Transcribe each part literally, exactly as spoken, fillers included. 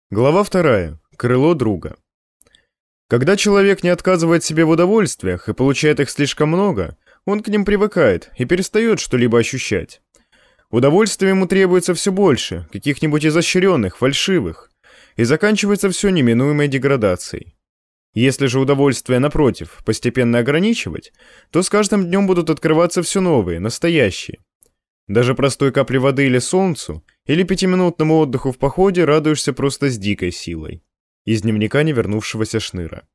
Глава вторая. Крыло друга. Когда человек не отказывает себе в удовольствиях и получает их слишком много, он к ним привыкает и перестает что-либо ощущать. Удовольствия ему требуется все больше, каких-нибудь изощренных, фальшивых, и заканчивается все неминуемой деградацией. Если же удовольствие, напротив, постепенно ограничивать, то с каждым днем будут открываться все новые, настоящие. Даже простой капле воды или солнцу, или пятиминутному отдыху в походе радуешься просто с дикой силой. Из дневника невернувшегося Шныра.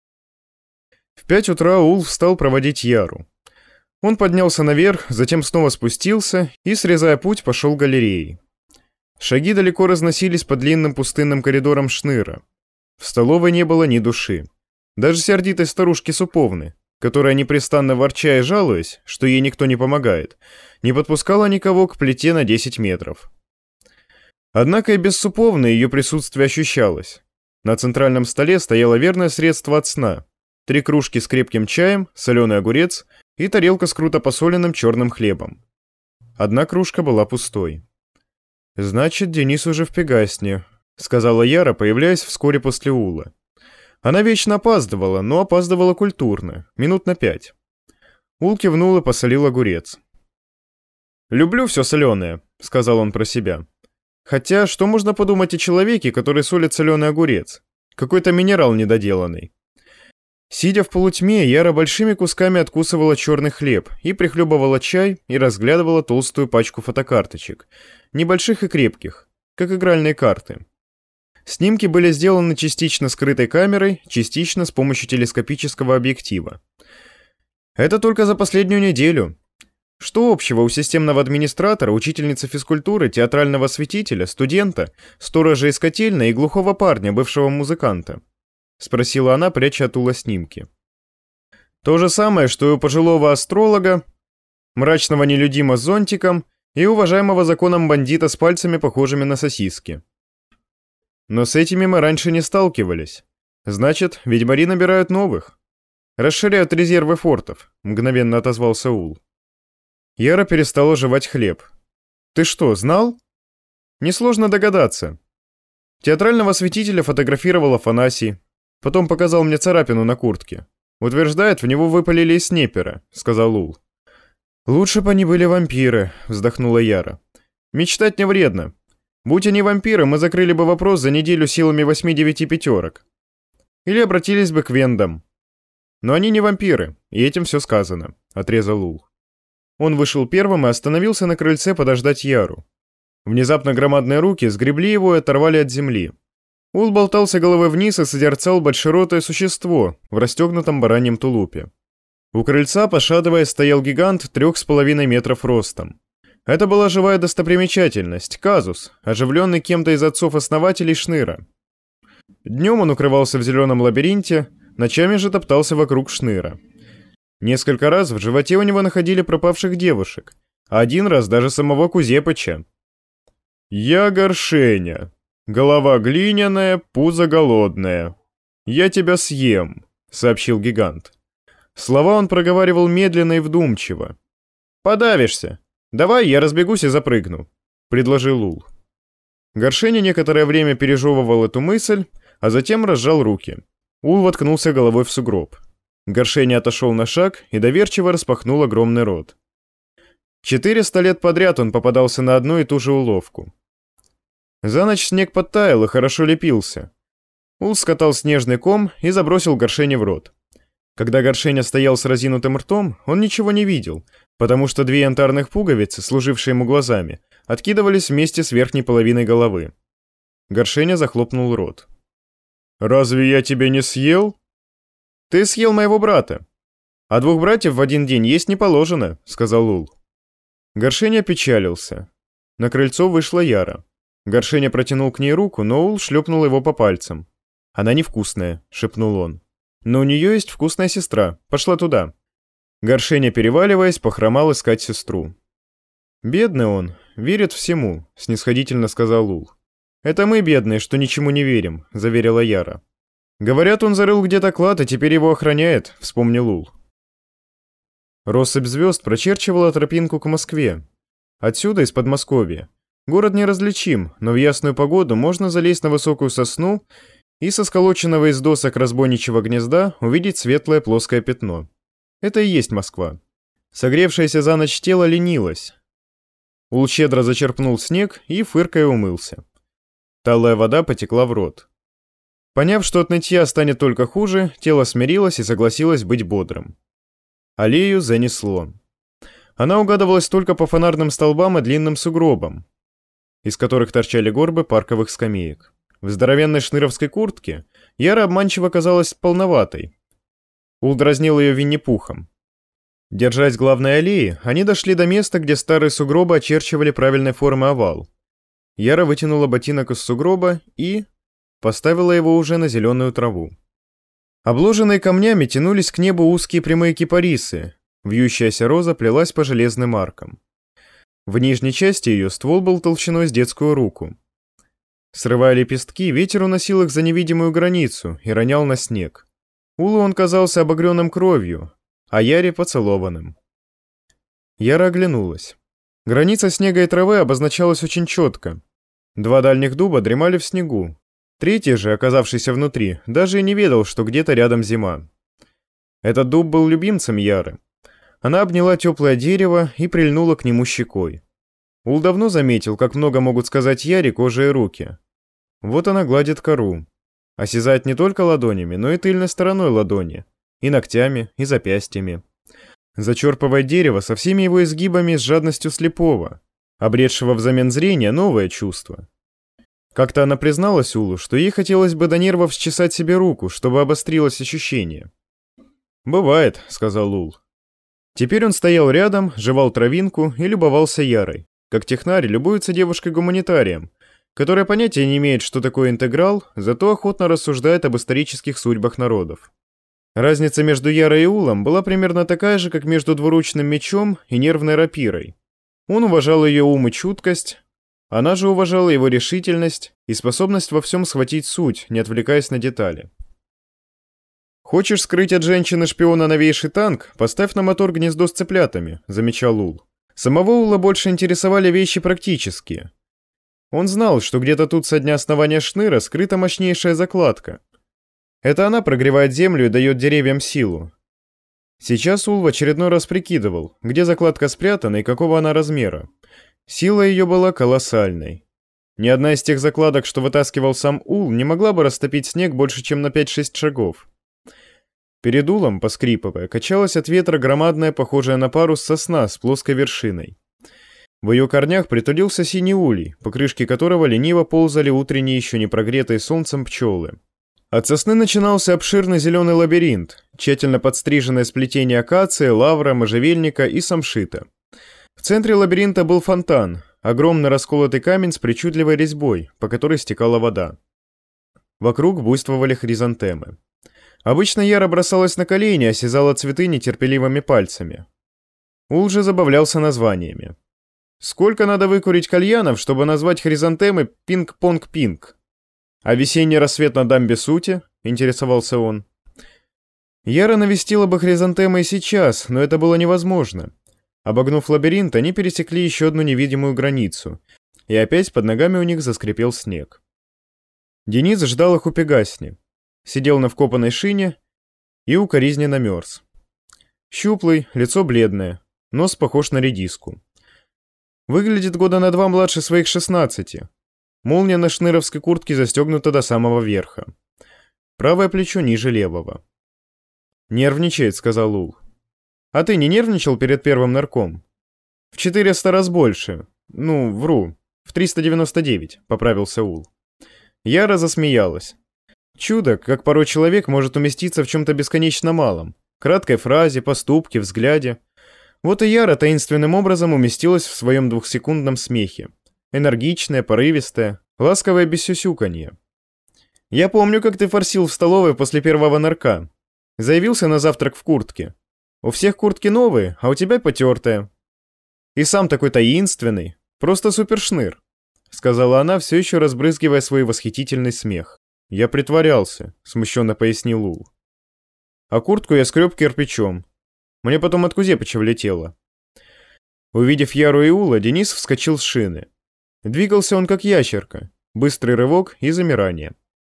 В пять утра Ул встал проводить Яру. Он поднялся наверх, затем снова спустился и, срезая путь, пошел галереей. Шаги далеко разносились по длинным пустынным коридорам Шныра. В столовой не было ни души. Даже сердитой старушки Суповны, которая, непрестанно ворча и жалуясь, что ей никто не помогает, не подпускала никого к плите на десять метров. Однако и без Суповны ее присутствие ощущалось. На центральном столе стояло верное средство от сна: три кружки с крепким чаем, соленый огурец и тарелка с круто посоленным черным хлебом. Одна кружка была пустой. «Значит, Денис уже в Пегасне», — сказала Яра, появляясь вскоре после Ула. Она вечно опаздывала, но опаздывала культурно, минут на пять. Ул кивнул и посолил огурец. «Люблю все соленое», — сказал он про себя. Хотя, что можно подумать о человеке, который солит соленый огурец? Какой-то минерал недоделанный. Сидя в полутьме, Яра большими кусками откусывала черный хлеб и прихлебывала чай и разглядывала толстую пачку фотокарточек, небольших и крепких, как игральные карты. Снимки были сделаны частично скрытой камерой, частично с помощью телескопического объектива. Это только за последнюю неделю. Что общего у системного администратора, учительницы физкультуры, театрального осветителя, студента, сторожа из котельной и глухого парня, бывшего музыканта? Спросила она, пряча от Ула снимки. То же самое, что и у пожилого астролога, мрачного нелюдима с зонтиком и уважаемого законом бандита с пальцами, похожими на сосиски. Но с этими мы раньше не сталкивались. Значит, ведьмари набирают новых. Расширяют резервы фортов, мгновенно отозвался Ул. Яра перестала жевать хлеб. «Ты что, знал?» «Несложно догадаться. Театрального осветителя фотографировал Афанасий. Потом показал мне царапину на куртке. Утверждает, в него выпалили из снайпера», — сказал Ул. «Лучше бы они были вампиры», — вздохнула Яра. «Мечтать не вредно. Будь они вампиры, мы закрыли бы вопрос за неделю силами восьми-девяти пятерок. Или обратились бы к вендам. Но они не вампиры, и этим все сказано», — отрезал Ул. Он вышел первым и остановился на крыльце подождать Яру. Внезапно громадные руки сгребли его и оторвали от земли. Ул болтался головой вниз и созерцал большеротое существо в расстегнутом бараньем тулупе. У крыльца, пошатываясь, стоял гигант трех с половиной метров ростом. Это была живая достопримечательность, казус, оживленный кем-то из отцов-основателей Шныра. Днем он укрывался в зеленом лабиринте, ночами же топтался вокруг Шныра. Несколько раз в животе у него находили пропавших девушек, а один раз даже самого Кузепыча. «Я Горшеня. Голова глиняная, пузо голодное. Я тебя съем», — сообщил гигант. Слова он проговаривал медленно и вдумчиво. «Подавишься. Давай я разбегусь и запрыгну», — предложил Ул. Горшеня некоторое время пережевывал эту мысль, а затем разжал руки. Ул воткнулся головой в сугроб. Горшеня отошел на шаг и доверчиво распахнул огромный рот. Четыреста лет подряд он попадался на одну и ту же уловку. За ночь снег подтаял и хорошо лепился. Ул скатал снежный ком и забросил Горшене в рот. Когда Горшеня стоял с разинутым ртом, он ничего не видел, потому что две янтарных пуговицы, служившие ему глазами, откидывались вместе с верхней половиной головы. Горшеня захлопнул рот. «Разве я тебя не съел?» «Ты съел моего брата. А двух братьев в один день есть не положено», — сказал Ул. Горшеня печалился. На крыльцо вышла Яра. Горшеня протянул к ней руку, но Ул шлепнул его по пальцам. «Она невкусная», — шепнул он. «Но у нее есть вкусная сестра. Пошла туда». Горшеня, переваливаясь, похромал искать сестру. «Бедный он, верит всему», — снисходительно сказал Ул. «Это мы бедные, что ничему не верим», — заверила Яра. «Говорят, он зарыл где-то клад, и теперь его охраняет», — вспомнил Ул. Россыпь звезд прочерчивала тропинку к Москве. Отсюда, из Подмосковья, Город неразличим, но в ясную погоду можно залезть на высокую сосну и со сколоченного из досок разбойничьего гнезда увидеть светлое плоское пятно. Это и есть Москва. Согревшееся за ночь тело ленилось. Ул щедро зачерпнул снег и, фыркая, умылся. Талая вода потекла в рот. Поняв, что от нытья станет только хуже, тело смирилось и согласилось быть бодрым. Аллею занесло. Она угадывалась только по фонарным столбам и длинным сугробам, из которых торчали горбы парковых скамеек. В здоровенной шныровской куртке Яра обманчиво казалась полноватой. Ул дразнил ее Винни-Пухом. Держась главной аллеи, они дошли до места, где старые сугробы очерчивали правильной формы овал. Яра вытянула ботинок из сугроба и поставила его уже на зеленую траву. Обложенные камнями тянулись к небу узкие прямые кипарисы, вьющаяся роза плелась по железным аркам. В нижней части ее ствол был толщиной с детскую руку. Срывая лепестки, ветер уносил их за невидимую границу и ронял на снег. Улу он казался обогренным кровью, а Яре поцелованным. Яра оглянулась. Граница снега и травы обозначалась очень четко. Два дальних дуба дремали в снегу. Третий же, оказавшийся внутри, даже и не ведал, что где-то рядом зима. Этот дуб был любимцем Яры. Она обняла теплое дерево и прильнула к нему щекой. Ул давно заметил, как много могут сказать Яре кожа и руки. Вот она гладит кору. Осязает не только ладонями, но и тыльной стороной ладони. И ногтями, и запястьями. Зачерпывает дерево со всеми его изгибами с жадностью слепого, обретшего взамен зрения новое чувство. Как-то она призналась Улу, что ей хотелось бы до нервов счесать себе руку, чтобы обострилось ощущение. «Бывает», — сказал Ул. Теперь он стоял рядом, жевал травинку и любовался Ярой, как технарь любуется девушкой-гуманитарием, которая понятия не имеет, что такое интеграл, зато охотно рассуждает об исторических судьбах народов. Разница между Ярой и Улом была примерно такая же, как между двуручным мечом и нервной рапирой. Он уважал ее ум и чуткость, она же уважала его решительность и способность во всем схватить суть, не отвлекаясь на детали. «Хочешь скрыть от женщины-шпиона новейший танк? Поставь на мотор гнездо с цыплятами», — замечал Ул. Самого Ула больше интересовали вещи практические. Он знал, что где-то тут со дня основания шныра скрыта мощнейшая закладка. Это она прогревает землю и дает деревьям силу. Сейчас Ул в очередной раз прикидывал, где закладка спрятана и какого она размера. Сила ее была колоссальной. Ни одна из тех закладок, что вытаскивал сам Ул, не могла бы растопить снег больше, чем на пять-шесть шагов. Перед Улом, поскрипывая, качалась от ветра громадная, похожая на парус сосна с плоской вершиной. В ее корнях притулился синий улей, по крышке которого лениво ползали утренние, еще не прогретые солнцем пчелы. От сосны начинался обширный зеленый лабиринт, тщательно подстриженное сплетение акации, лавра, можжевельника и самшита. В центре лабиринта был фонтан, огромный расколотый камень с причудливой резьбой, по которой стекала вода. Вокруг буйствовали хризантемы. Обычно Яра бросалась на колени, осязала цветы нетерпеливыми пальцами. Ул же забавлялся названиями. Сколько надо выкурить кальянов, чтобы назвать хризантемы «пинг-понг-пинг»? А весенний рассвет на дамбе Сути? Интересовался он. Яра навестила бы хризантемы и сейчас, но это было невозможно. Обогнув лабиринт, они пересекли еще одну невидимую границу, и опять под ногами у них заскрипел снег. Денис ждал их у Пегасни. Сидел на вкопанной шине и укоризненно мерз. Щуплый, лицо бледное, нос похож на редиску. Выглядит года на два младше своих шестнадцати. Молния на шныровской куртке застегнута до самого верха. Правое плечо ниже левого. «Нервничает», — сказал Ул. «А ты не нервничал перед первым нарком?» «В четыреста раз больше. Ну, вру. В триста девяносто девять», — поправился Ул. Яра засмеялась. Чудо, как порой человек может уместиться в чем-то бесконечно малом. Краткой фразе, поступке, взгляде. Вот и Яра таинственным образом уместилась в своем двухсекундном смехе. Энергичная, порывистая, ласковая без сюсюканья. «Я помню, как ты форсил в столовой после первого нарка. Заявился на завтрак в куртке. У всех куртки новые, а у тебя потертая. И сам такой таинственный, просто супершныр», — сказала она, все еще разбрызгивая свой восхитительный смех. «Я притворялся», — смущенно пояснил Ул. «А куртку я скреб кирпичом. Мне потом от Кузепыча влетело». Увидев Яру и Ула, Денис вскочил с шины. Двигался он как ящерка. Быстрый рывок и замирание.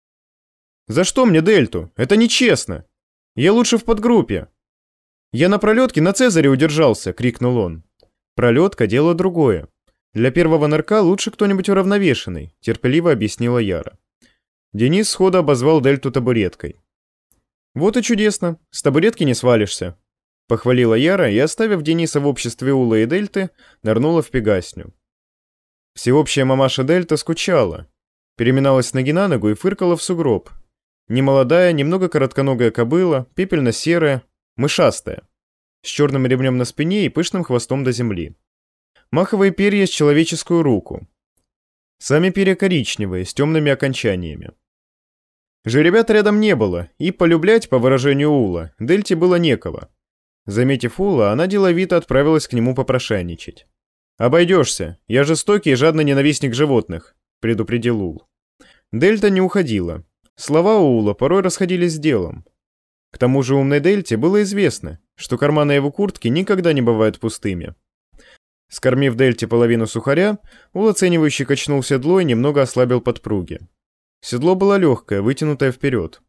«За что мне дельту? Это нечестно! Я лучше в подгруппе!» «Я на пролетке на Цезаре удержался!» — крикнул он. «Пролетка — дело другое. Для первого нырка лучше кто-нибудь уравновешенный», — терпеливо объяснила Яра. Денис сходу обозвал дельту табуреткой. «Вот и чудесно, с табуретки не свалишься», — похвалила Яра и, оставив Дениса в обществе Ула и Дельты, нырнула в Пегасню. Всеобщая мамаша Дельта скучала, переминалась с ноги на ногу и фыркала в сугроб. Немолодая, немного коротконогая кобыла, пепельно-серая, мышастая, с черным ремнем на спине и пышным хвостом до земли. Маховые перья с человеческую руку. Сами перья коричневые, с темными окончаниями. Жеребят рядом не было, и полюблять, по выражению Ула, Дельте было некого. Заметив Ула, она деловито отправилась к нему попрошайничать. «Обойдешься, я жестокий и жадный ненавистник животных», — предупредил Ул. Дельта не уходила. Слова Ула порой расходились с делом. К тому же умной Дельте было известно, что карманы его куртки никогда не бывают пустыми. Скормив Дельте половину сухаря, Ул оценивающе качнул седло и немного ослабил подпруги. Седло было легкое, вытянутое вперед.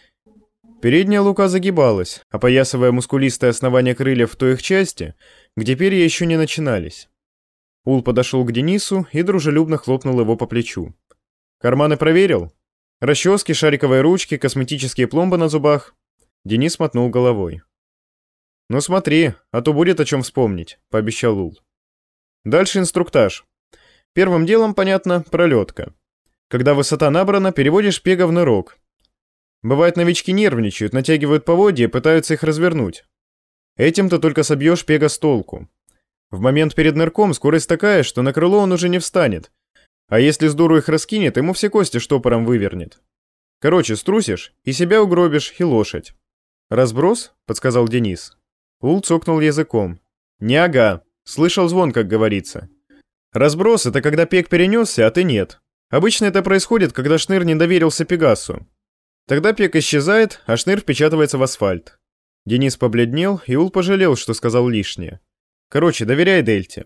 Передняя лука загибалась, опоясывая мускулистое основание крыльев в той их части, где перья еще не начинались. Ул подошел к Денису и дружелюбно хлопнул его по плечу. «Карманы проверил? Расчески, шариковые ручки, косметические пломбы на зубах?» Денис мотнул головой. «Ну смотри, а то будет о чем вспомнить», — пообещал Ул. Дальше инструктаж. Первым делом, понятно, пролетка. Когда высота набрана, переводишь пега в нырок. Бывает, новички нервничают, натягивают поводья и пытаются их развернуть. Этим ты только собьешь пега с толку. В момент перед нырком скорость такая, что на крыло он уже не встанет. А если с дуру их раскинет, ему все кости штопором вывернет. Короче, струсишь, и себя угробишь, и лошадь. «Разброс?» — подсказал Денис. Ул цокнул языком. «Не ага. Слышал звон, как говорится. Разброс — это когда пег перенесся, а ты нет. Обычно это происходит, когда шныр не доверился Пегасу. Тогда пег исчезает, а шныр впечатывается в асфальт». Денис побледнел, и Ул пожалел, что сказал лишнее. «Короче, доверяй Дельте.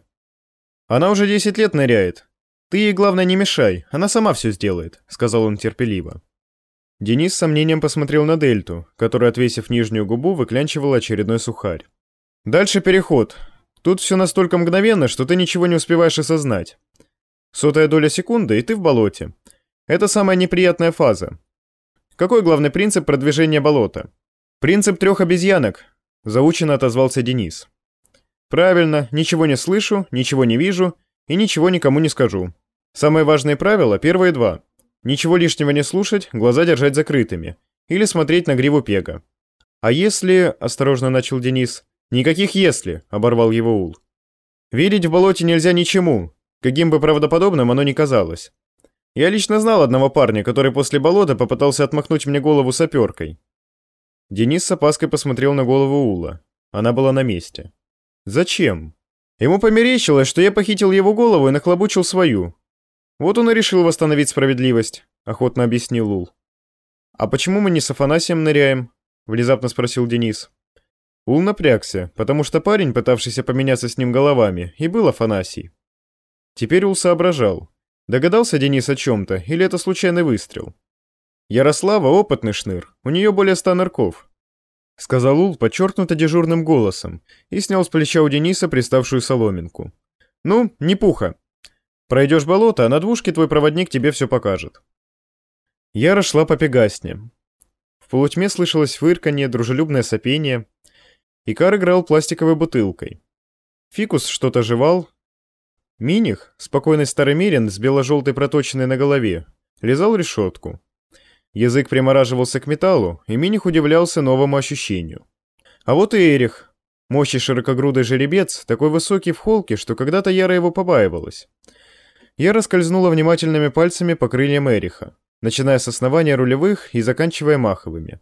Она уже десять лет ныряет. Ты ей, главное, не мешай, она сама все сделает», — сказал он терпеливо. Денис с сомнением посмотрел на Дельту, которая, отвесив нижнюю губу, выклянчивала очередной сухарь. «Дальше переход. Тут все настолько мгновенно, что ты ничего не успеваешь осознать. Сотая доля секунды, и ты в болоте. Это самая неприятная фаза. Какой главный принцип продвижения болота?» «Принцип трех обезьянок», — заученно отозвался Денис. «Правильно, ничего не слышу, ничего не вижу и ничего никому не скажу. Самые важные правила — первые два. Ничего лишнего не слушать, глаза держать закрытыми. Или смотреть на гриву пега». «А если...» — осторожно начал Денис. «Никаких «если», — оборвал его Ул. «Верить в болоте нельзя ничему, каким бы правдоподобным оно ни казалось. Я лично знал одного парня, который после болота попытался отмахнуть мне голову саперкой». Денис с опаской посмотрел на голову Ула. Она была на месте. «Зачем?» «Ему померещилось, что я похитил его голову и нахлобучил свою. Вот он и решил восстановить справедливость», — охотно объяснил Ул. «А почему мы не с Афанасием ныряем?» — внезапно спросил Денис. Ул напрягся, потому что парень, пытавшийся поменяться с ним головами, и был Афанасий. Теперь Ул соображал. Догадался Денис о чем-то, или это случайный выстрел? «Ярослава — опытный шныр, у нее более ста нырков», — сказал Ул подчеркнуто дежурным голосом и снял с плеча у Дениса приставшую соломинку. «Ну, не пуха. Пройдешь болото, а на двушке твой проводник тебе все покажет». Яра шла по Пегасне. В полутьме слышалось фырканье, дружелюбное сопение. Икар играл пластиковой бутылкой. Фикус что-то жевал. Миних, спокойный старый мерин с бело-желтой проточенной на голове, лизал решетку. Язык примораживался к металлу, и Миних удивлялся новому ощущению. А вот и Эрих, мощный широкогрудый жеребец, такой высокий в холке, что когда-то Яра его побаивалась. Яра скользнула внимательными пальцами по крыльям Эриха, начиная с основания рулевых и заканчивая маховыми.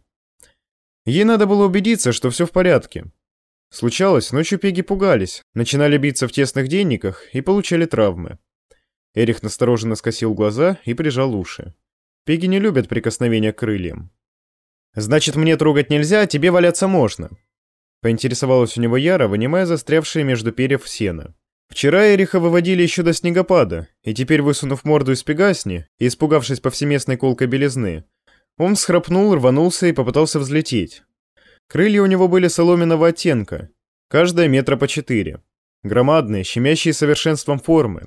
Ей надо было убедиться, что все в порядке. Случалось, ночью пеги пугались, начинали биться в тесных денниках и получали травмы. Эрих настороженно скосил глаза и прижал уши. Пеги не любят прикосновения к крыльям. «Значит, мне трогать нельзя, а тебе валяться можно?» Поинтересовалась у него Яра, вынимая застрявшие между перьев сено. Вчера Эриха выводили еще до снегопада, и теперь, высунув морду из пегасни и испугавшись повсеместной колкой белизны, он всхрапнул, рванулся и попытался взлететь. Крылья у него были соломенного оттенка, каждая метра по четыре, громадные, щемящие совершенством формы.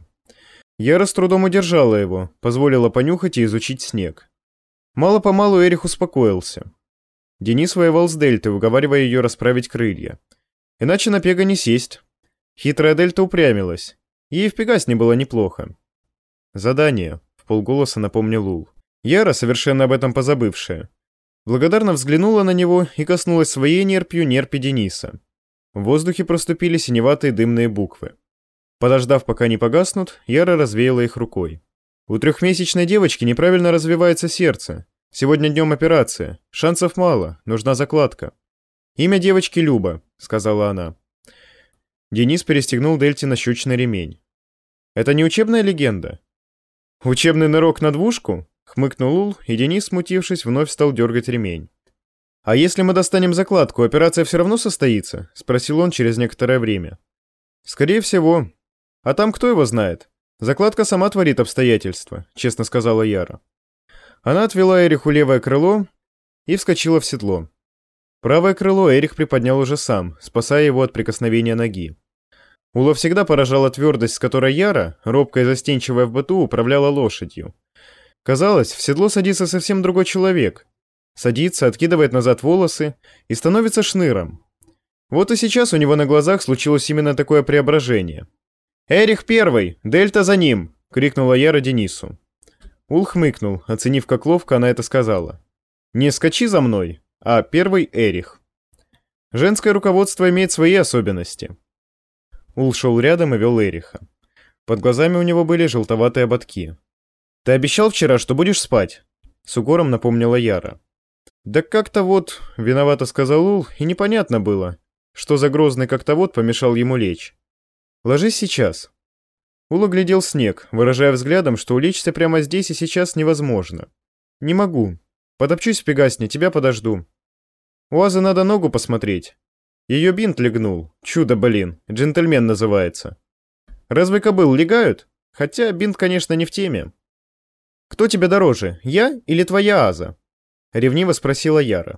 Яра с трудом удержала его, позволила понюхать и изучить снег. Мало-помалу Эрих успокоился. Денис воевал с Дельтой, уговаривая ее расправить крылья. Иначе на пега не сесть. Хитрая Дельта упрямилась. Ей в пегасне было неплохо. «Задание», — вполголоса напомнил Ул. Яра, совершенно об этом позабывшая, благодарно взглянула на него и коснулась своей нерпью нерпи Дениса. В воздухе проступили синеватые дымные буквы. Подождав, пока не погаснут, Яра развеяла их рукой. «У трехмесячной девочки неправильно развивается сердце. Сегодня днем операция. Шансов мало, нужна закладка. Имя девочки Люба», — сказала она. Денис перестегнул Дельте на щучный ремень. «Это не учебная легенда?» «Учебный нырок на двушку?» — хмыкнул Ул, и Денис, смутившись, вновь стал дергать ремень. «А если мы достанем закладку, операция все равно состоится?» — спросил он через некоторое время. «Скорее всего. А там кто его знает? Закладка сама творит обстоятельства», — честно сказала Яра. Она отвела Эриху левое крыло и вскочила в седло. Правое крыло Эрих приподнял уже сам, спасая его от прикосновения ноги. Ула всегда поражала твердость, с которой Яра, робкая и застенчивая в быту, управляла лошадью. Казалось, в седло садится совсем другой человек. Садится, откидывает назад волосы и становится шныром. Вот и сейчас у него на глазах случилось именно такое преображение. «Эрих первый! Дельта за ним!» — крикнула Яра Денису. Ул хмыкнул, оценив, как ловко она это сказала. «Не скачи за мной, а первый Эрих». Женское руководство имеет свои особенности. Ул шел рядом и вел Эриха. Под глазами у него были желтоватые ободки. «Ты обещал вчера, что будешь спать?» — с укором напомнила Яра. «Да как-то вот», — виновато сказал Ул, и непонятно было, что за грозный как-то вот помешал ему лечь. «Ложись сейчас». Ул оглядел снег, выражая взглядом, что улечься прямо здесь и сейчас невозможно. «Не могу. Потопчусь в пегасне, тебя подожду. У Азы надо ногу посмотреть. Ее бинт легнул. Чудо, блин. Джентльмен называется. Разве кобыл легают? Хотя бинт, конечно, не в теме». «Кто тебе дороже, я или твоя Аза?» — ревниво спросила Яра.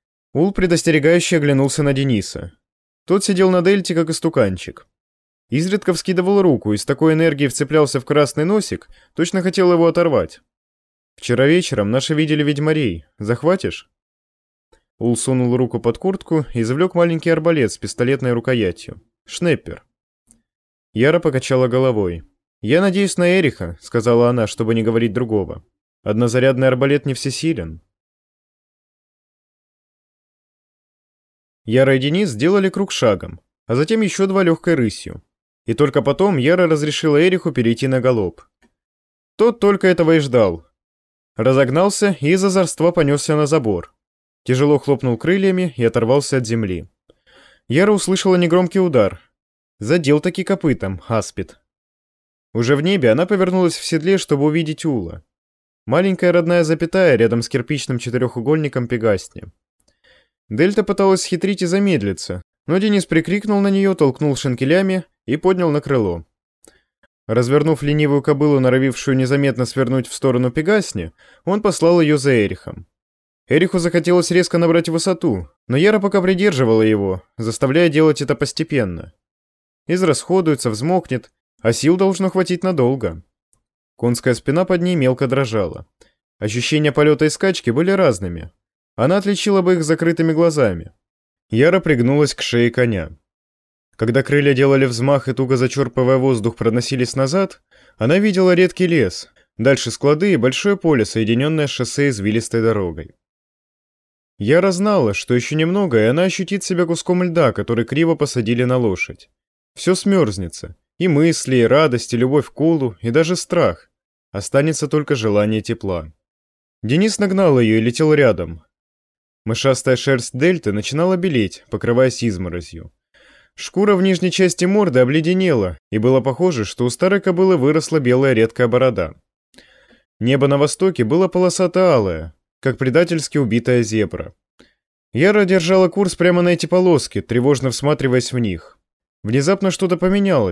Ул предостерегающе оглянулся на Дениса. Тот сидел на Дельте, как истуканчик. Изредка вскидывал руку и с такой энергией вцеплялся в красный носик, точно хотел его оторвать. «Вчера вечером наши видели ведьмарей. Захватишь?» Ул сунул руку под куртку и извлек маленький арбалет с пистолетной рукоятью. Шнеппер. Яра покачала головой. «Я надеюсь на Эриха», — сказала она, чтобы не говорить другого. «Однозарядный арбалет не всесилен». Яра и Денис сделали круг шагом, а затем еще два легкой рысью. И только потом Яра разрешила Эриху перейти на галоп. Тот только этого и ждал. Разогнался и из озорства понесся на забор. Тяжело хлопнул крыльями и оторвался от земли. Яра услышала негромкий удар. Задел таки копытом, аспид. Уже в небе она повернулась в седле, чтобы увидеть Ула. Маленькая родная запятая рядом с кирпичным четырехугольником пегасни. Дельта пыталась схитрить и замедлиться, но Денис прикрикнул на нее, толкнул шинкелями и поднял на крыло. Развернув ленивую кобылу, норовившую незаметно свернуть в сторону пегасни, он послал ее за Эрихом. Эриху захотелось резко набрать высоту, но Яра пока придерживала его, заставляя делать это постепенно. Израсходуется, взмокнет, а сил должно хватить надолго. Конская спина под ней мелко дрожала. Ощущения полета и скачки были разными. Она отличила бы их закрытыми глазами. Яра пригнулась к шее коня. Когда крылья делали взмах и туго зачерпывая воздух проносились назад, она видела редкий лес, дальше склады и большое поле, соединенное с шоссе извилистой дорогой. Яра знала, что еще немного, и она ощутит себя куском льда, который криво посадили на лошадь. Все смерзнется. И мысли, и радость, и любовь к Улу, и даже страх. Останется только желание тепла. Денис нагнал ее и летел рядом. Мышастая шерсть Дельты начинала белеть, покрываясь изморозью. Шкура в нижней части морды обледенела, и было похоже, что у старой кобылы выросла белая редкая борода. Небо на востоке было полосато-алое, как предательски убитая зебра. Яра держала курс прямо на эти полоски, тревожно всматриваясь в них. Внезапно что-то поменялось,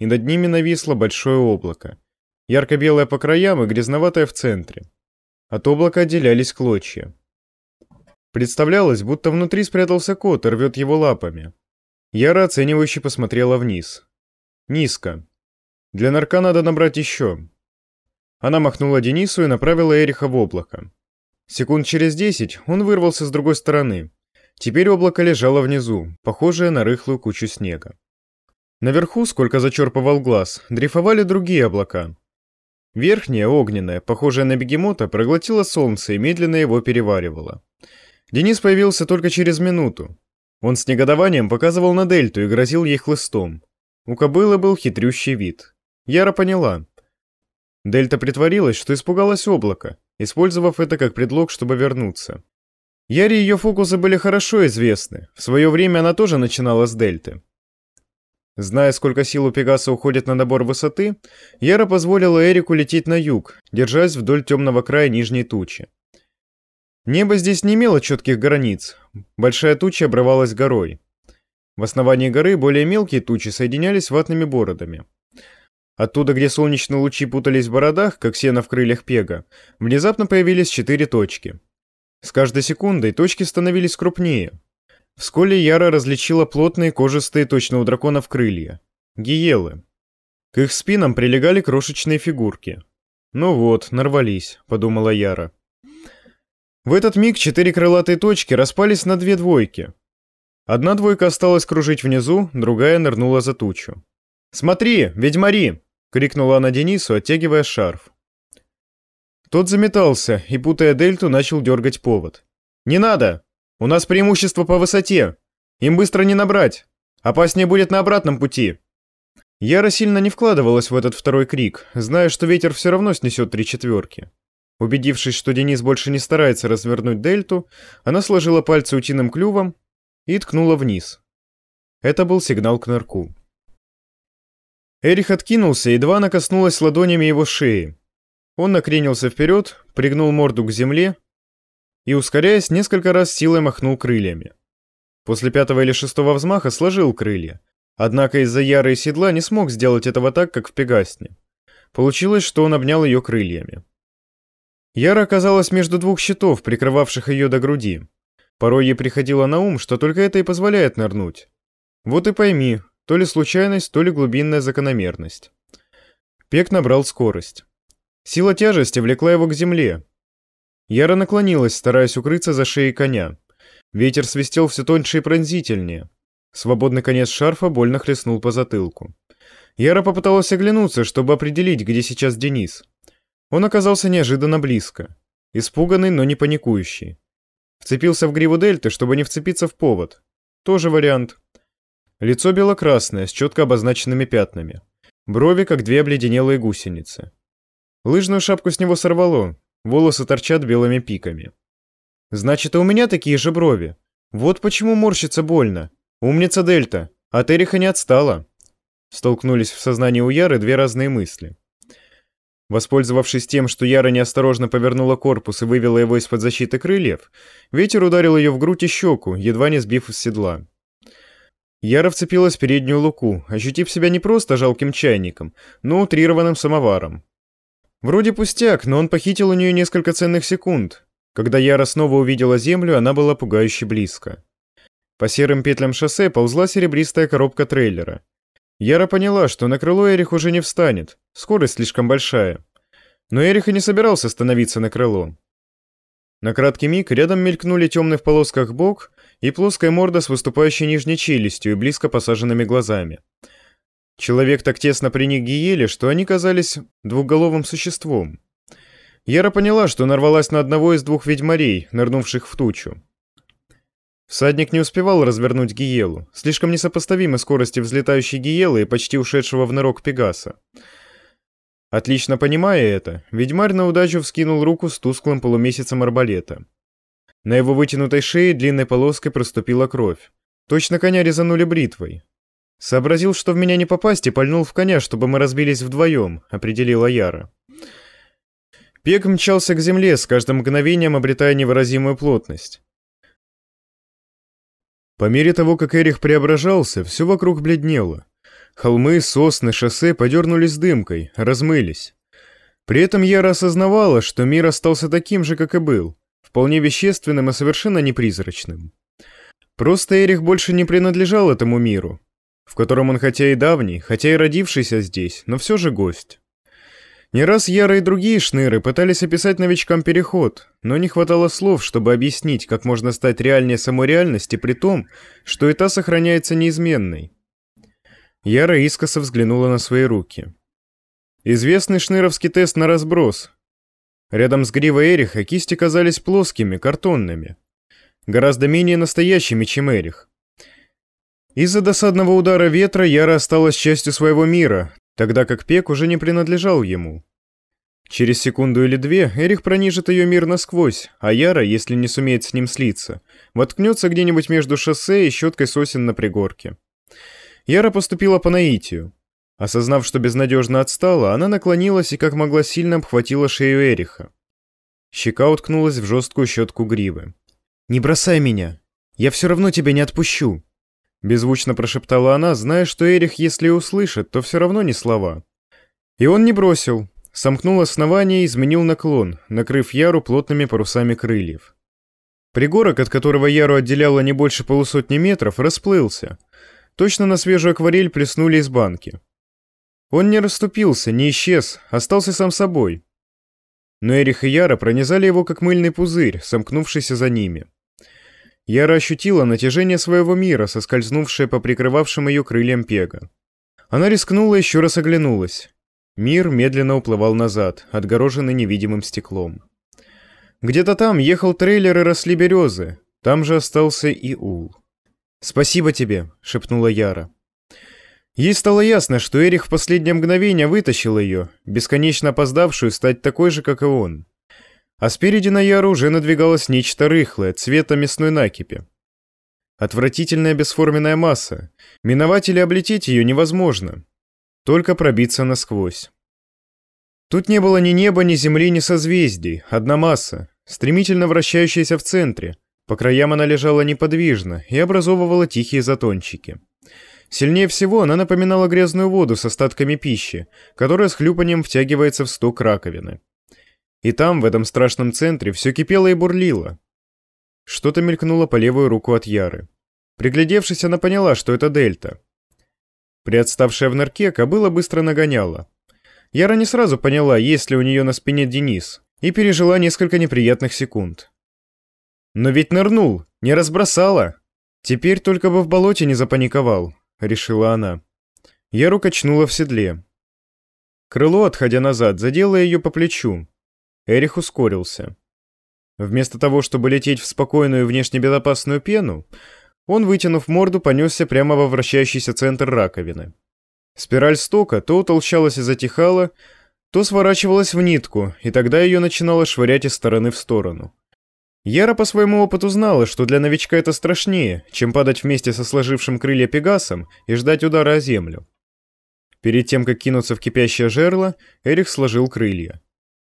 и над ними нависло большое облако, ярко-белое по краям и грязноватое в центре. От облака отделялись клочья. Представлялось, будто внутри спрятался кот и рвет его лапами. Яра оценивающе посмотрела вниз. Низко. Для нырка надо набрать еще. Она махнула Денису и направила Эриха в облако. Секунд через десять он вырвался с другой стороны. Теперь облако лежало внизу, похожее на рыхлую кучу снега. Наверху, сколько зачерпывал глаз, дрейфовали другие облака. Верхнее, огненное, похожее на бегемота, проглотило солнце и медленно его переваривало. Денис появился только через минуту. Он с негодованием показывал на дельту и грозил ей хлыстом. У кобылы был хитрющий вид. Яра поняла. Дельта притворилась, что испугалась облака, использовав это как предлог, чтобы вернуться. Яре ее фокусы были хорошо известны. В свое время она тоже начинала с дельты. Зная, сколько сил у Пегаса уходит на набор высоты, Яра позволила Эрику лететь на юг, держась вдоль темного края нижней тучи. Небо здесь не имело четких границ. Большая туча обрывалась горой. В основании горы более мелкие тучи соединялись ватными бородами. Оттуда, где солнечные лучи путались в бородах, как сено в крыльях пега, внезапно появились четыре точки. С каждой секундой точки становились крупнее. Вскоре Яра различила плотные кожистые, точно у драконов, крылья. Гиелы. К их спинам прилегали крошечные фигурки. «Ну вот, нарвались», — подумала Яра. В этот миг четыре крылатые точки распались на две двойки. Одна двойка осталась кружить внизу, другая нырнула за тучу. «Смотри, ведьмари!» — крикнула она Денису, оттягивая шарф. Тот заметался и, путая дельту, начал дергать повод. «Не надо! У нас преимущество по высоте! Им быстро не набрать! Опаснее будет на обратном пути!» Яра сильно не вкладывалась в этот второй крик, зная, что ветер все равно снесет три четверки. Убедившись, что Денис больше не старается развернуть дельту, она сложила пальцы утиным клювом и ткнула вниз. Это был сигнал к нырку. Эрих откинулся, едва она коснулась ладонями его шеи. Он накренился вперед, пригнул морду к земле и, ускоряясь, несколько раз силой махнул крыльями. После пятого или шестого взмаха сложил крылья, однако из-за Яры и седла не смог сделать этого так, как в Пегасне. Получилось, что он обнял ее крыльями. Яра оказалась между двух щитов, прикрывавших ее до груди. Порой ей приходило на ум, что только это и позволяет нырнуть. Вот и пойми, то ли случайность, то ли глубинная закономерность. Пег набрал скорость. Сила тяжести влекла его к земле. Яра наклонилась, стараясь укрыться за шеей коня. Ветер свистел все тоньше и пронзительнее. Свободный конец шарфа больно хлестнул по затылку. Яра попыталась оглянуться, чтобы определить, где сейчас Денис. Он оказался неожиданно близко. Испуганный, но не паникующий. Вцепился в гриву дельты, чтобы не вцепиться в повод. Тоже вариант. Лицо бело-красное, с четко обозначенными пятнами. Брови, как две обледенелые гусеницы. Лыжную шапку с него сорвало. Волосы торчат белыми пиками. Значит, и у меня такие же брови. Вот почему морщится больно. Умница дельта. От Эриха не отстала. Столкнулись в сознании у Яры две разные мысли. Воспользовавшись тем, что Яра неосторожно повернула корпус и вывела его из-под защиты крыльев, ветер ударил ее в грудь и щеку, едва не сбив с седла. Яра вцепилась в переднюю луку, ощутив себя не просто жалким чайником, но утрированным самоваром. Вроде пустяк, но он похитил у нее несколько ценных секунд. Когда Яра снова увидела землю, она была пугающе близко. По серым петлям шоссе ползла серебристая коробка трейлера. Яра поняла, что на крыло Эрих уже не встанет, скорость слишком большая. Но Эрих и не собирался становиться на крыло. На краткий миг рядом мелькнули темный в полосках бок и плоская морда с выступающей нижней челюстью и близко посаженными глазами. Человек так тесно приник к Гиеле, что они казались двухголовым существом. Яра поняла, что нарвалась на одного из двух ведьмарей, нырнувших в тучу. Всадник не успевал развернуть Гиелу, слишком несопоставимы скорости взлетающей Гиелы и почти ушедшего в нырок Пегаса. Отлично понимая это, ведьмарь на удачу вскинул руку с тусклым полумесяцем арбалета. На его вытянутой шее длинной полоской проступила кровь. Точно коня резанули бритвой. «Сообразил, что в меня не попасть, и пальнул в коня, чтобы мы разбились вдвоем», — определила Яра. Пег мчался к земле, с каждым мгновением обретая невыразимую плотность. По мере того, как Эрих преображался, все вокруг бледнело. Холмы, сосны, шоссе подернулись дымкой, размылись. При этом Яра осознавала, что мир остался таким же, как и был, вполне вещественным и совершенно непризрачным. Просто Эрих больше не принадлежал этому миру, в котором он хотя и давний, хотя и родившийся здесь, но все же гость. Не раз Яра и другие шныры пытались описать новичкам переход, но не хватало слов, чтобы объяснить, как можно стать реальнее самой реальности, при том, что и та сохраняется неизменной. Яра искоса взглянула на свои руки. Известный шныровский тест на разброс. Рядом с гривой Эриха кисти казались плоскими, картонными. Гораздо менее настоящими, чем Эрих. Из-за досадного удара ветра Яра осталась частью своего мира, тогда как Пек уже не принадлежал ему. Через секунду или две Эрих пронижит ее мир насквозь, а Яра, если не сумеет с ним слиться, воткнется где-нибудь между шоссе и щеткой сосен на пригорке. Яра поступила по наитию. Осознав, что безнадежно отстала, она наклонилась и как могла сильно обхватила шею Эриха. Щека уткнулась в жесткую щетку гривы. «Не бросай меня! Я все равно тебя не отпущу!» Беззвучно прошептала она, зная, что Эрих, если и услышит, то все равно не слова. И он не бросил. Сомкнул основание и изменил наклон, накрыв Яру плотными парусами крыльев. Пригорок, от которого Яру отделяло не больше полусотни метров, расплылся. Точно на свежую акварель плеснули из банки. Он не расступился, не исчез, остался сам собой. Но Эрих и Яра пронизали его как мыльный пузырь, сомкнувшийся за ними. Яра ощутила натяжение своего мира, соскользнувшее по прикрывавшим ее крыльям Пега. Она рискнула, еще раз оглянулась. Мир медленно уплывал назад, отгороженный невидимым стеклом. Где-то там ехал трейлер и росли березы, там же остался и Ул. «Спасибо тебе», — шепнула Яра. Ей стало ясно, что Эрих в последнее мгновение вытащил ее, бесконечно опоздавшую стать такой же, как и он. А спереди на Яру уже надвигалось нечто рыхлое, цвета мясной накипи. Отвратительная бесформенная масса. Миновать или облететь ее невозможно. Только пробиться насквозь. Тут не было ни неба, ни земли, ни созвездий. Одна масса, стремительно вращающаяся в центре. По краям она лежала неподвижно и образовывала тихие затончики. Сильнее всего она напоминала грязную воду с остатками пищи, которая с хлюпанием втягивается в сток раковины. И там, в этом страшном центре, все кипело и бурлило. Что-то мелькнуло по левую руку от Яры. Приглядевшись, она поняла, что это дельта. Приотставшая в нырке, кобыла быстро нагоняла. Яра не сразу поняла, есть ли у нее на спине Денис, и пережила несколько неприятных секунд. «Но ведь нырнул, не разбросала!» «Теперь только бы в болоте не запаниковал», — решила она. Яру качнула в седле. Крыло, отходя назад, задело ее по плечу. Эрих ускорился. Вместо того, чтобы лететь в спокойную внешне безопасную пену, он, вытянув морду, понесся прямо во вращающийся центр раковины. Спираль стока то утолщалась и затихала, то сворачивалась в нитку, и тогда ее начинало швырять из стороны в сторону. Яра по своему опыту знала, что для новичка это страшнее, чем падать вместе со сложившим крылья Пегасом и ждать удара о землю. Перед тем, как кинуться в кипящее жерло, Эрих сложил крылья.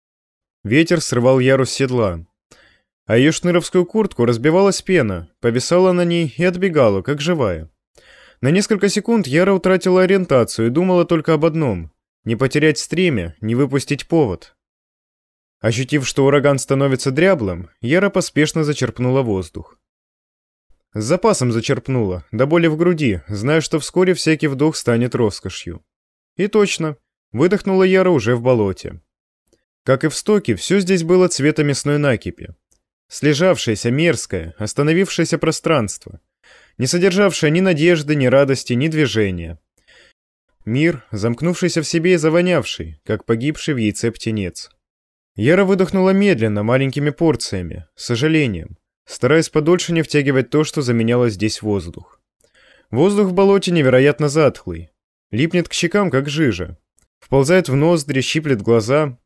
Ветер срывал Яру с седла. А ее шныровскую куртку разбивалась пена, повисала на ней и отбегала, как живая. На несколько секунд Яра утратила ориентацию и думала только об одном — не потерять стремя, не выпустить повод. Ощутив, что ураган становится дряблым, Яра поспешно зачерпнула воздух. С запасом зачерпнула, до боли в груди, зная, что вскоре всякий вдох станет роскошью. И точно, выдохнула Яра уже в болоте. Как и в стоке, все здесь было цвета мясной накипи. Слежавшееся, мерзкое, остановившееся пространство, не содержавшее ни надежды, ни радости, ни движения. Мир, замкнувшийся в себе и завонявший, как погибший в яйце птенец. Яра выдохнула медленно, маленькими порциями, с сожалением, стараясь подольше не втягивать то, что заменяло здесь воздух. Воздух в болоте невероятно затхлый, липнет к щекам, как жижа, вползает в ноздри, щиплет глаза.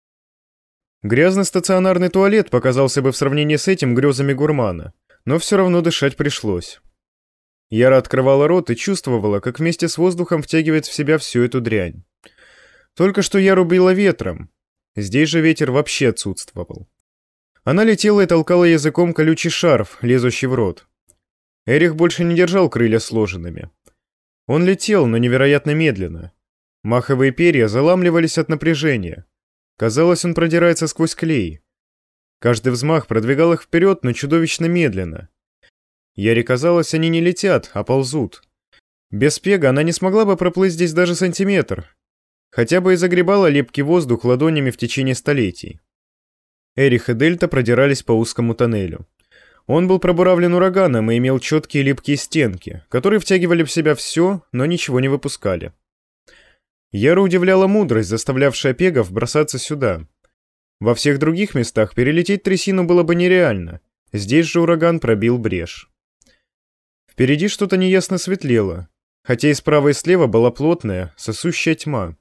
Грязный стационарный туалет показался бы в сравнении с этим грезами гурмана, но все равно дышать пришлось. Яра открывала рот и чувствовала, как вместе с воздухом втягивает в себя всю эту дрянь. Только что Яру било ветром, здесь же ветер вообще отсутствовал. Она летела и толкала языком колючий шарф, лезущий в рот. Эрих больше не держал крылья сложенными. Он летел, но невероятно медленно. Маховые перья заламливались от напряжения. Казалось, он продирается сквозь клей. Каждый взмах продвигал их вперед, но чудовищно медленно. Яре казалось, они не летят, а ползут. Без пега она не смогла бы проплыть здесь даже сантиметр. Хотя бы и загребала липкий воздух ладонями в течение столетий. Эрих и Дельта продирались по узкому тоннелю. Он был пробуравлен ураганом и имел четкие липкие стенки, которые втягивали в себя все, но ничего не выпускали. Яру удивляла мудрость, заставлявшая пегов бросаться сюда. Во всех других местах перелететь трясину было бы нереально. Здесь же ураган пробил брешь. Впереди что-то неясно светлело, хотя и справа и слева была плотная, сосущая тьма.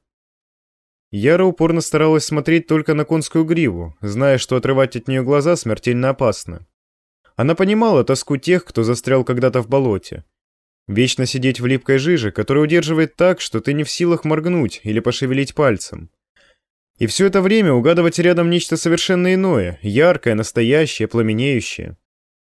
Яра упорно старалась смотреть только на конскую гриву, зная, что отрывать от нее глаза смертельно опасно. Она понимала тоску тех, кто застрял когда-то в болоте. Вечно сидеть в липкой жиже, которая удерживает так, что ты не в силах моргнуть или пошевелить пальцем. И все это время угадывать рядом нечто совершенно иное, яркое, настоящее, пламенеющее.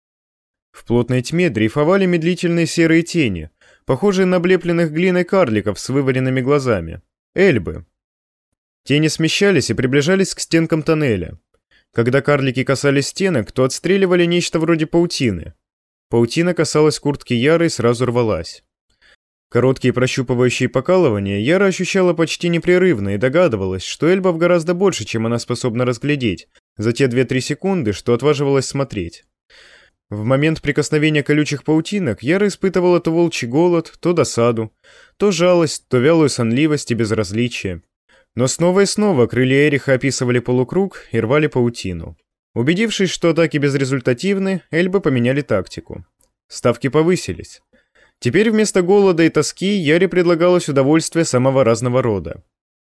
В плотной тьме дрейфовали медлительные серые тени, похожие на облепленных глиной карликов с вываренными глазами. Эльбы. Тени смещались и приближались к стенкам тоннеля. Когда карлики касались стенок, то отстреливали нечто вроде паутины. Паутина касалась куртки Яры и сразу рвалась. Короткие прощупывающие покалывания Яра ощущала почти непрерывно и догадывалась, что эльбов гораздо больше, чем она способна разглядеть, за те две-три секунды, что отваживалась смотреть. В момент прикосновения колючих паутинок Яра испытывала то волчий голод, то досаду, то жалость, то вялую сонливость и безразличие. Но снова и снова крылья Эриха описывали полукруг и рвали паутину. Убедившись, что атаки безрезультативны, эльбы поменяли тактику. Ставки повысились. Теперь вместо голода и тоски Яре предлагалось удовольствие самого разного рода.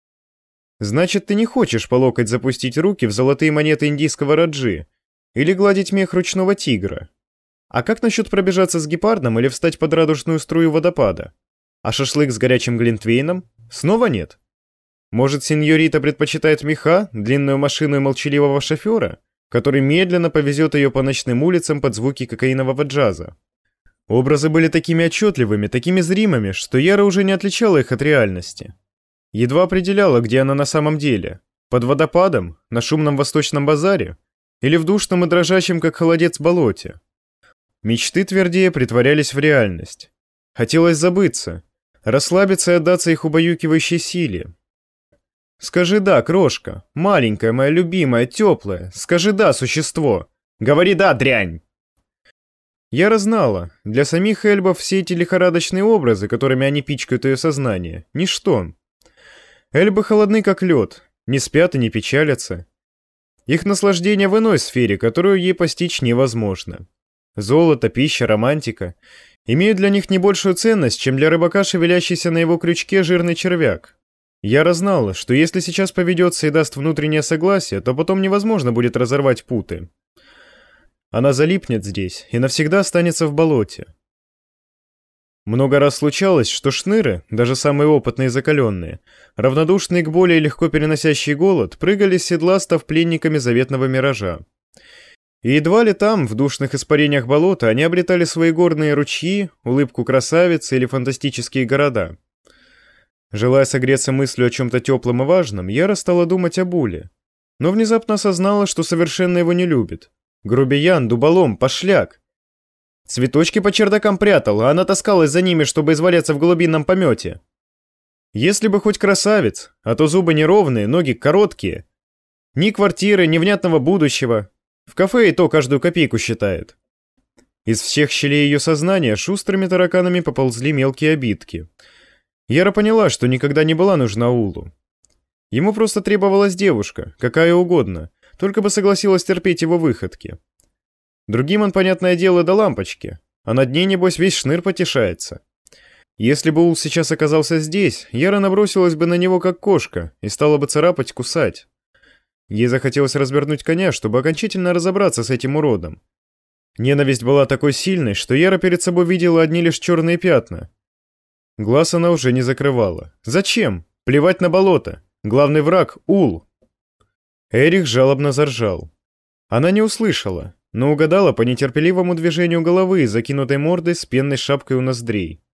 «Значит, ты не хочешь по локоть запустить руки в золотые монеты индийского раджи или гладить мех ручного тигра? А как насчет пробежаться с гепардом или встать под радужную струю водопада? А шашлык с горячим глинтвейном? Снова нет? Может, сеньорита предпочитает меха, длинную машину и молчаливого шофера, который медленно повезет ее по ночным улицам под звуки кокаинового джаза?» Образы были такими отчетливыми, такими зримыми, что Яра уже не отличала их от реальности. Едва определяла, где она на самом деле. Под водопадом, на шумном восточном базаре или в душном и дрожащем, как холодец, болоте. Мечты твердее притворялись в реальность. Хотелось забыться, расслабиться и отдаться их убаюкивающей силе. «Скажи «да», крошка, маленькая, моя любимая, теплая, скажи «да», существо. Говори «да», дрянь!» Яра знала, для самих эльбов все эти лихорадочные образы, которыми они пичкают ее сознание, ничто. Эльбы холодны, как лед, не спят и не печалятся. Их наслаждение в иной сфере, которую ей постичь невозможно. Золото, пища, романтика имеют для них не большую ценность, чем для рыбака, шевелящийся на его крючке жирный червяк. Яра знала, что если сейчас поведется и даст внутреннее согласие, то потом невозможно будет разорвать путы. Она залипнет здесь и навсегда останется в болоте. Много раз случалось, что шныры, даже самые опытные и закаленные, равнодушные к боли и легко переносящие голод, прыгали с седла, став пленниками заветного миража. И едва ли там, в душных испарениях болота, они обретали свои горные ручьи, улыбку красавицы или фантастические города. Желая согреться мыслью о чем-то теплом и важном, Яра стала думать о Буле, но внезапно осознала, что совершенно его не любит. Грубиян, дуболом, пошляк. Цветочки по чердакам прятал, а она таскалась за ними, чтобы изваляться в голубином помете. Если бы хоть красавец, а то зубы неровные, ноги короткие. Ни квартиры, ни внятного будущего. В кафе и то каждую копейку считает. Из всех щелей ее сознания шустрыми тараканами поползли мелкие обидки. Яра поняла, что никогда не была нужна Улу. Ему просто требовалась девушка, какая угодно, только бы согласилась терпеть его выходки. Другим он, понятное дело, до лампочки, а над ней, небось, весь шныр потешается. Если бы Ул сейчас оказался здесь, Яра набросилась бы на него как кошка и стала бы царапать, кусать. Ей захотелось развернуть коня, чтобы окончательно разобраться с этим уродом. Ненависть была такой сильной, что Яра перед собой видела одни лишь черные пятна. Глаз она уже не закрывала. Зачем? Плевать на болото. Главный враг — Ул. Эрих жалобно заржал. Она не услышала, но угадала по нетерпеливому движению головы, закинутой мордой с пенной шапкой у ноздрей.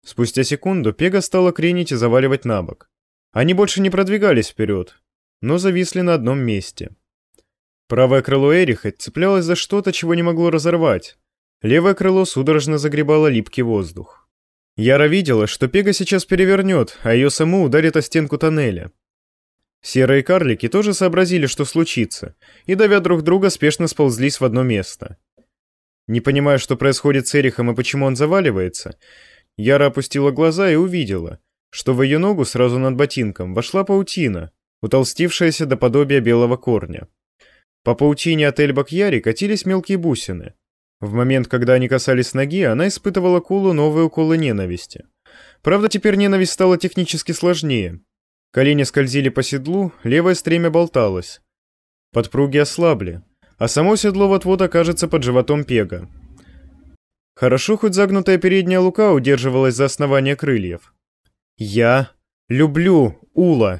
Спустя секунду Пега стала кренить и заваливать на бок. Они больше не продвигались вперед, но зависли на одном месте. Правое крыло Эриха цеплялось за что-то, чего не могло разорвать. Левое крыло судорожно загребало липкий воздух. Яра видела, что Пега сейчас перевернет, а ее саму ударит о стенку тоннеля. Серые карлики тоже сообразили, что случится, и, давя друг друга, спешно сползлись в одно место. Не понимая, что происходит с Эрихом и почему он заваливается, Яра опустила глаза и увидела, что в ее ногу сразу над ботинком вошла паутина, утолстившаяся до подобия белого корня. По паутине от Эльба к Яре катились мелкие бусины. В момент, когда они касались ноги, она испытывала к Улу новые уколы ненависти. Правда, теперь ненависть стала технически сложнее. Колени скользили по седлу, левое стремя болталось. Подпруги ослабли, а само седло вот-вот окажется под животом Пега. Хорошо, хоть загнутая передняя лука удерживалась за основание крыльев. «Я люблю Ула.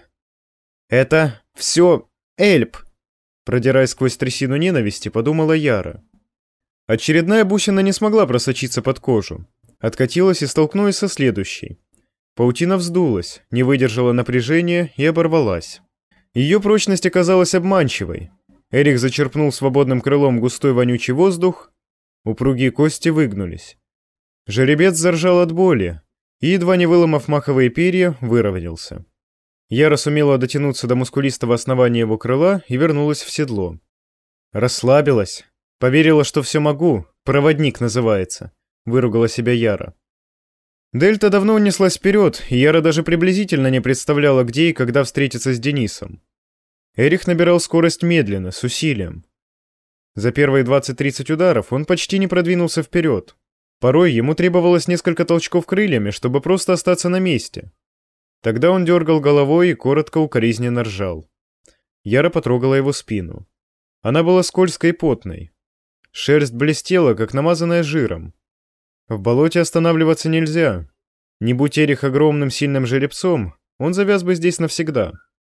Это все Эльб», продираясь сквозь трясину ненависти, подумала Яра. Очередная бусина не смогла просочиться под кожу. Откатилась и столкнулась со следующей. Паутина вздулась, не выдержала напряжения и оборвалась. Ее прочность оказалась обманчивой. Эрих зачерпнул свободным крылом густой вонючий воздух, упругие кости выгнулись. Жеребец заржал от боли и, едва не выломав маховые перья, выровнялся. Яра сумела дотянуться до мускулистого основания его крыла и вернулась в седло. Расслабилась, поверила, что все могу, проводник называется, выругала себя Яра. Дельта давно унеслась вперед, и Яра даже приблизительно не представляла, где и когда встретиться с Денисом. Эрих набирал скорость медленно, с усилием. За первые двадцать-тридцать ударов он почти не продвинулся вперед. Порой ему требовалось несколько толчков крыльями, чтобы просто остаться на месте. Тогда он дергал головой и коротко укоризненно ржал. Яра потрогала его спину. Она была скользкой и потной. Шерсть блестела, как намазанная жиром. В болоте останавливаться нельзя. Не будь Эрих огромным сильным жеребцом, он завяз бы здесь навсегда.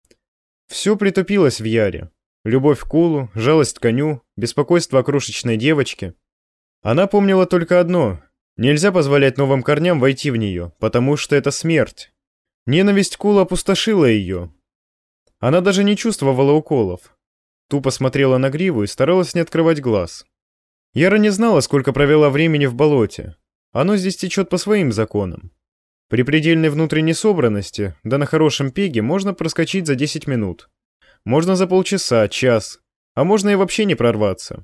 Все притупилось в Яре. Любовь к Улу, жалость к коню, беспокойство о крошечной девочке. Она помнила только одно: нельзя позволять новым корням войти в нее, потому что это смерть. Ненависть к Улу опустошила ее. Она даже не чувствовала уколов. Тупо смотрела на гриву и старалась не открывать глаз. Яра не знала, сколько провела времени в болоте. Оно здесь течет по своим законам. При предельной внутренней собранности, да на хорошем пеге, можно проскочить за десять минут. Можно за полчаса, час, а можно и вообще не прорваться.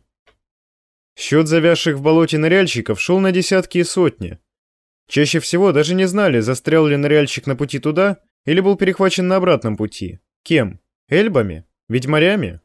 Счет завязших в болоте ныряльщиков шел на десятки и сотни. Чаще всего даже не знали, застрял ли ныряльщик на пути туда или был перехвачен на обратном пути. Кем? Эльбами? Ведьмарями?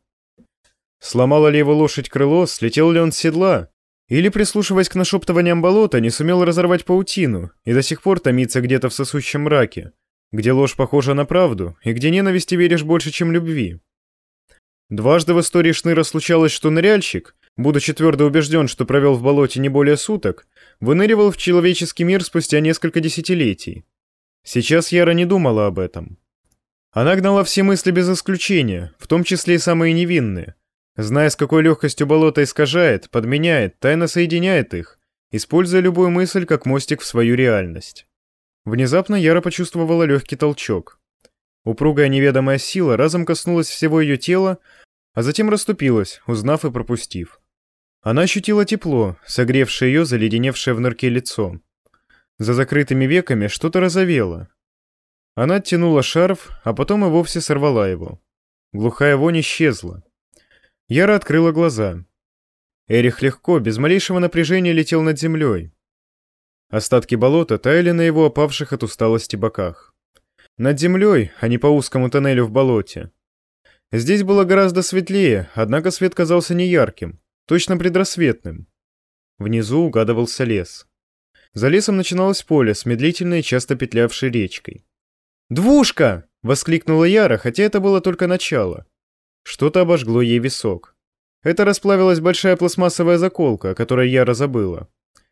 Сломала ли его лошадь крыло, слетел ли он с седла? Или, прислушиваясь к нашептываниям болота, не сумел разорвать паутину и до сих пор томится где-то в сосущем мраке, где ложь похожа на правду и где ненависти веришь больше, чем любви. Дважды в истории Шныра случалось, что ныряльщик, будучи твердо убежден, что провел в болоте не более суток, выныривал в человеческий мир спустя несколько десятилетий. Сейчас Яра не думала об этом. Она гнала все мысли без исключения, в том числе и самые невинные, зная, с какой легкостью болото искажает, подменяет, тайно соединяет их, используя любую мысль как мостик в свою реальность. Внезапно Яра почувствовала легкий толчок. Упругая неведомая сила разом коснулась всего ее тела, а затем расступилась, узнав и пропустив. Она ощутила тепло, согревшее ее заледеневшее в нырке лицо. За закрытыми веками что-то розовело. Она оттянула шарф, а потом и вовсе сорвала его. Глухая вонь исчезла. Яра открыла глаза. Эрих легко, без малейшего напряжения летел над землей. Остатки болота таяли на его опавших от усталости боках. Над землей, а не по узкому тоннелю в болоте. Здесь было гораздо светлее, однако свет казался неярким, точно предрассветным. Внизу угадывался лес. За лесом начиналось поле с медлительной, часто петлявшей речкой. «Двушка!» — воскликнула Яра, хотя это было только начало. Что-то обожгло ей висок. Это расплавилась большая пластмассовая заколка, о которой Яра забыла.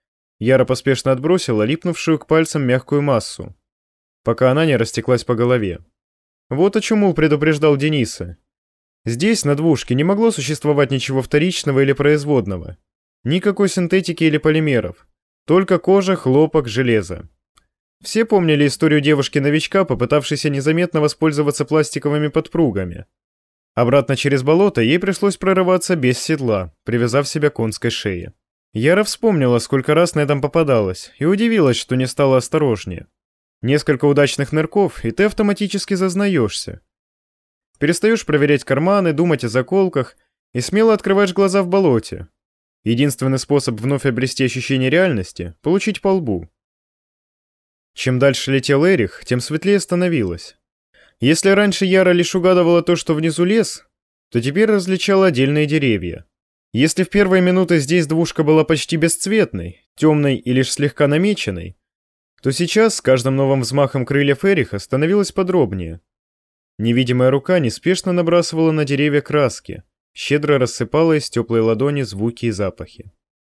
Яра поспешно отбросила липнувшую к пальцам мягкую массу, пока она не растеклась по голове. Вот о чем Ул предупреждал Дениса. Здесь, на двушке, не могло существовать ничего вторичного или производного. Никакой синтетики или полимеров. Только кожа, хлопок, железо. Все помнили историю девушки-новичка, попытавшейся незаметно воспользоваться пластиковыми подпругами. Обратно через болото ей пришлось прорываться без седла, привязав себя к конской шее. Яра вспомнила, сколько раз на этом попадалась, и удивилась, что не стала осторожнее. Несколько удачных нырков, и ты автоматически зазнаешься. Перестаешь проверять карманы, думать о заколках, и смело открываешь глаза в болоте. Единственный способ вновь обрести ощущение реальности — получить по лбу. Чем дальше летел Эрих, тем светлее становилось. Если раньше Яра лишь угадывала то, что внизу лес, то теперь различала отдельные деревья. Если в первые минуты здесь двушка была почти бесцветной, темной и лишь слегка намеченной, то сейчас с каждым новым взмахом крыльев Эриха становилось подробнее. Невидимая рука неспешно набрасывала на деревья краски, щедро рассыпала из теплой ладони звуки и запахи.